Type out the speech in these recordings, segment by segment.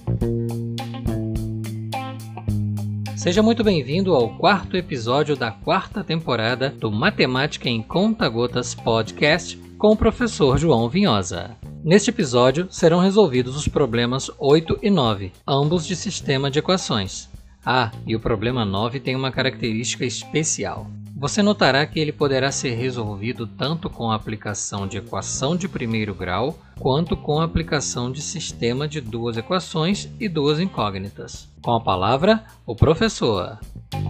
Seja muito bem-vindo ao quarto episódio da quarta temporada do Matemática em Conta-Gotas Podcast com o professor João Vinhosa. Neste episódio serão resolvidos os problemas 8 e 9, ambos de sistema de equações. E o problema 9 tem uma característica especial. Você notará que ele poderá ser resolvido tanto com a aplicação de equação de primeiro grau, quanto com a aplicação de sistema de duas equações e duas incógnitas. Com a palavra, o professor.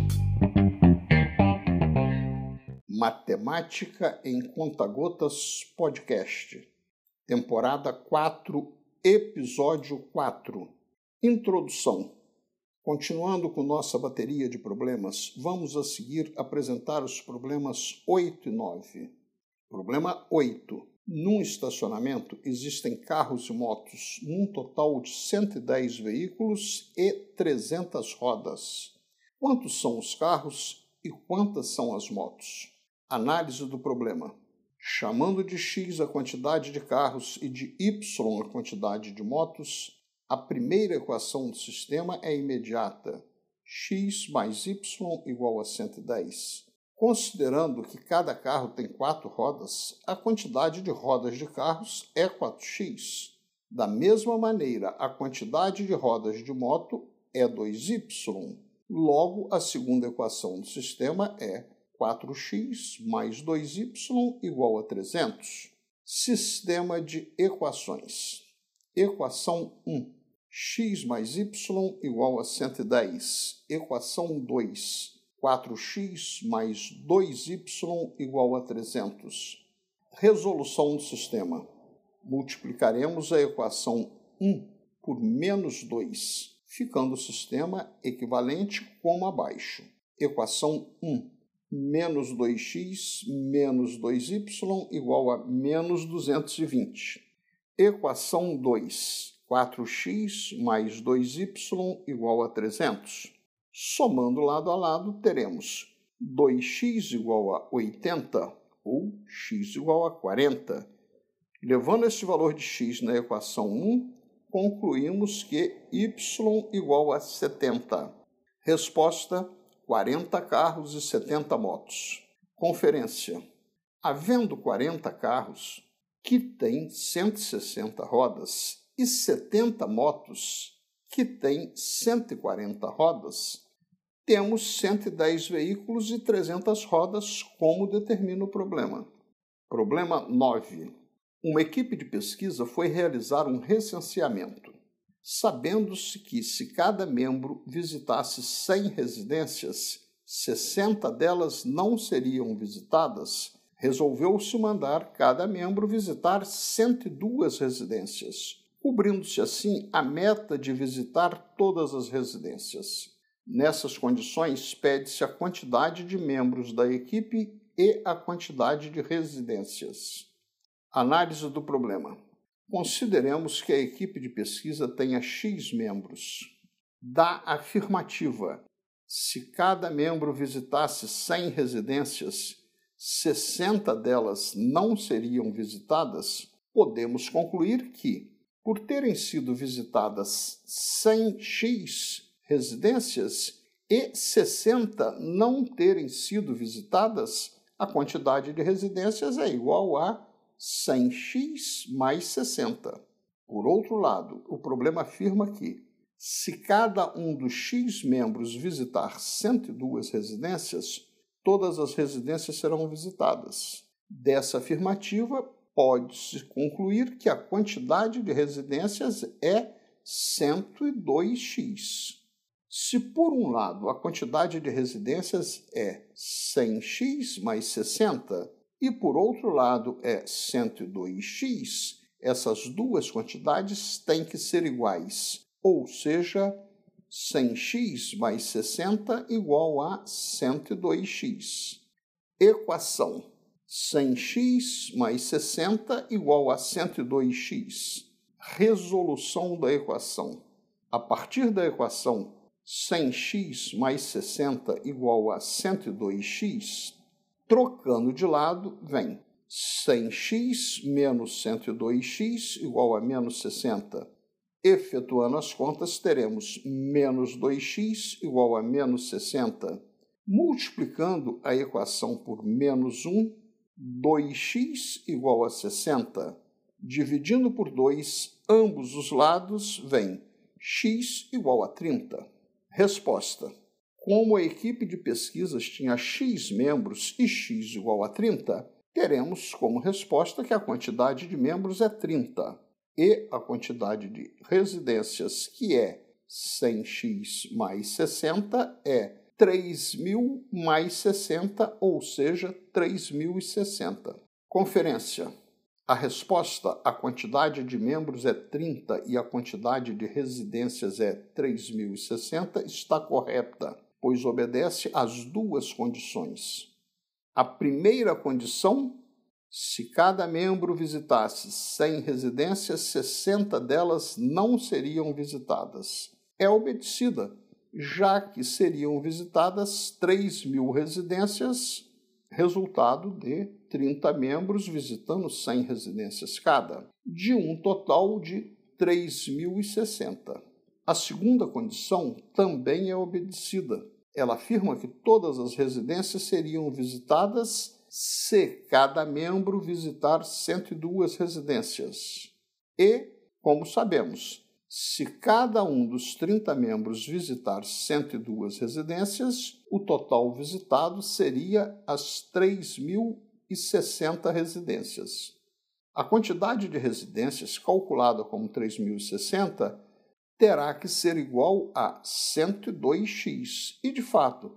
Matemática em Conta-Gotas Podcast, temporada 4, episódio 4. Introdução. Continuando com nossa bateria de problemas, vamos a seguir apresentar os problemas 8 e 9. Problema 8. Num estacionamento existem carros e motos, num total de 110 veículos e 300 rodas. Quantos são os carros e quantas são as motos? Análise do problema. Chamando de x a quantidade de carros e de y a quantidade de motos, a primeira equação do sistema é imediata, x mais y igual a 110. Considerando que cada carro tem 4 rodas, a quantidade de rodas de carros é 4x. Da mesma maneira, a quantidade de rodas de moto é 2y. Logo, a segunda equação do sistema é 4x mais 2y igual a 300. Sistema de equações. Equação 1. X mais y igual a 110. Equação 2. 4x mais 2y igual a 300. Resolução do sistema. Multiplicaremos a equação 1 por menos 2, ficando o sistema equivalente como abaixo. Equação 1. Menos 2x menos 2y igual a menos 220. Equação 2. 4x mais 2y igual a 300. Somando lado a lado, teremos 2x igual a 80 ou x igual a 40. Levando este valor de x na equação 1, concluímos que y igual a 70. Resposta: 40 carros e 70 motos. Conferência. Havendo 40 carros que têm 160 rodas e 70 motos que têm 140 rodas, temos 110 veículos e 300 rodas, como determina o problema. Problema 9. Uma equipe de pesquisa foi realizar um recenseamento. Sabendo-se que, se cada membro visitasse 100 residências, 60 delas não seriam visitadas, resolveu-se mandar cada membro visitar 102 residências, cobrindo-se assim a meta de visitar todas as residências. Nessas condições, pede-se a quantidade de membros da equipe e a quantidade de residências. Análise do problema. Consideremos que a equipe de pesquisa tenha x membros. Da afirmativa: se cada membro visitasse 100 residências, 60 delas não seriam visitadas, podemos concluir que, por terem sido visitadas 100x residências e 60 não terem sido visitadas, a quantidade de residências é igual a 100x mais 60. Por outro lado, o problema afirma que, se cada um dos x membros visitar 102 residências, todas as residências serão visitadas. Dessa afirmativa, pode-se concluir que a quantidade de residências é 102x. Se, por um lado, a quantidade de residências é 100x mais 60 e, por outro lado, é 102x, essas duas quantidades têm que ser iguais, ou seja, 100x mais 60 igual a 102x. Equação: 100x mais 60 igual a 102x. Resolução da equação. A partir da equação 100x mais 60 igual a 102x, trocando de lado, vem 100x menos 102x igual a menos 60. Efetuando as contas, teremos menos 2x igual a menos 60. Multiplicando a equação por menos 1, 2x igual a 60. Dividindo por 2 ambos os lados, vem x igual a 30. Resposta. Como a equipe de pesquisas tinha x membros e x igual a 30, teremos como resposta que a quantidade de membros é 30 e a quantidade de residências, que é 100x mais 60, é 3.000 mais 60, ou seja, 3.060. Conferência. A resposta, a quantidade de membros é 30 e a quantidade de residências é 3.060, está correta, pois obedece às duas condições. A primeira condição, se cada membro visitasse 100 residências, 60 delas não seriam visitadas. É obedecida, já que seriam visitadas 3.000 residências, resultado de 30 membros visitando 100 residências cada, de um total de 3.060. A segunda condição também é obedecida. Ela afirma que todas as residências seriam visitadas se cada membro visitar 102 residências. E, como sabemos, se cada um dos 30 membros visitar 102 residências, o total visitado seria as 3.060 residências. A quantidade de residências, calculada como 3.060, terá que ser igual a 102x. E, de fato,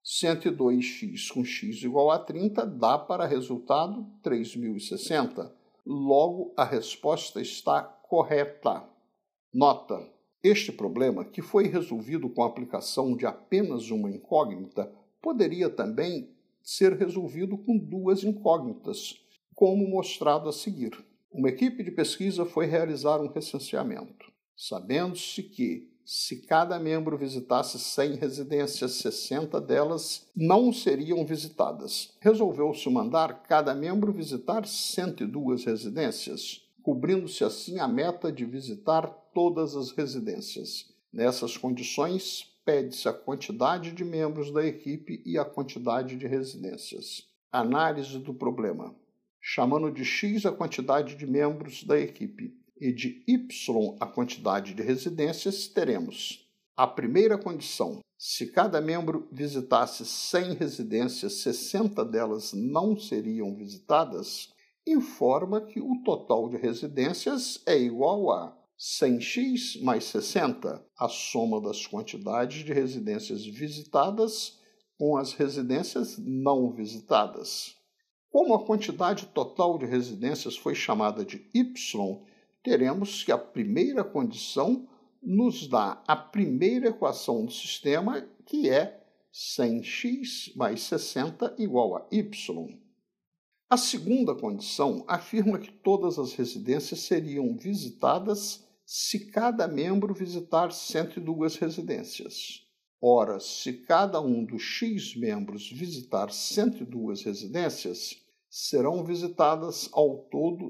102x com x igual a 30 dá para resultado 3.060. Logo, a resposta está correta. Nota: este problema, que foi resolvido com a aplicação de apenas uma incógnita, poderia também ser resolvido com duas incógnitas, como mostrado a seguir. Uma equipe de pesquisa foi realizar um recenseamento. Sabendo-se que, se cada membro visitasse 100 residências, 60 delas não seriam visitadas. Resolveu-se mandar cada membro visitar 102 residências, cobrindo-se assim a meta de visitar todas as residências. Nessas condições, pede-se a quantidade de membros da equipe e a quantidade de residências. Análise do problema. Chamando de x a quantidade de membros da equipe e de y a quantidade de residências, teremos a primeira condição. Se cada membro visitasse 100 residências, 60 delas não seriam visitadas, informa que o total de residências é igual a 100x mais 60, a soma das quantidades de residências visitadas com as residências não visitadas. Como a quantidade total de residências foi chamada de y, teremos que a primeira condição nos dá a primeira equação do sistema, que é 100x mais 60 igual a y. A segunda condição afirma que todas as residências seriam visitadas se cada membro visitar 102 residências. Ora, se cada um dos x membros visitar 102 residências, serão visitadas ao todo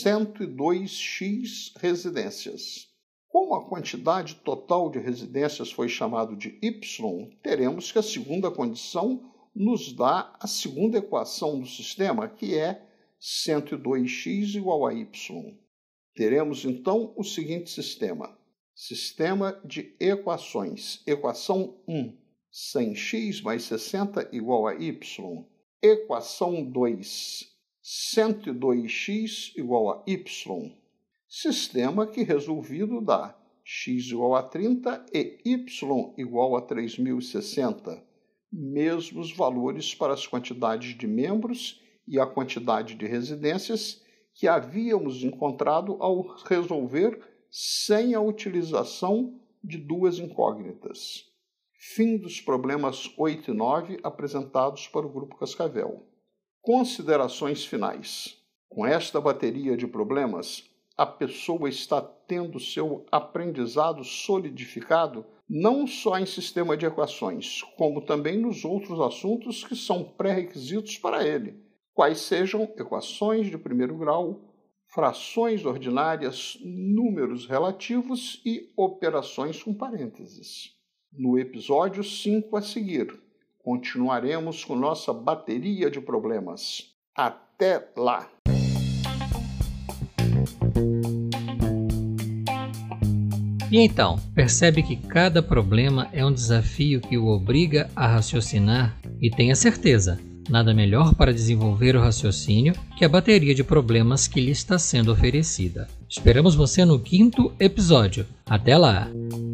102x residências. Como a quantidade total de residências foi chamada de y, teremos que a segunda condição nos dá a segunda equação do sistema, que é 102x igual a y. Teremos, então, o seguinte sistema. Sistema de equações. Equação 1, 100x mais 60 igual a y. Equação 2, 102x igual a y. Sistema que, resolvido, dá x igual a 30 e y igual a 3.060. Mesmos valores para as quantidades de membros e a quantidade de residências que havíamos encontrado ao resolver sem a utilização de duas incógnitas. Fim dos problemas 8 e 9 apresentados para o Grupo Cascavel. Considerações finais. Com esta bateria de problemas, a pessoa está tendo seu aprendizado solidificado não só em sistema de equações, como também nos outros assuntos que são pré-requisitos para ele, quais sejam equações de primeiro grau, frações ordinárias, números relativos e operações com parênteses. No episódio 5 a seguir, continuaremos com nossa bateria de problemas. Até lá! E então, percebe que cada problema é um desafio que o obriga a raciocinar e tenha certeza, nada melhor para desenvolver o raciocínio que a bateria de problemas que lhe está sendo oferecida. Esperamos você no 5º episódio. Até lá!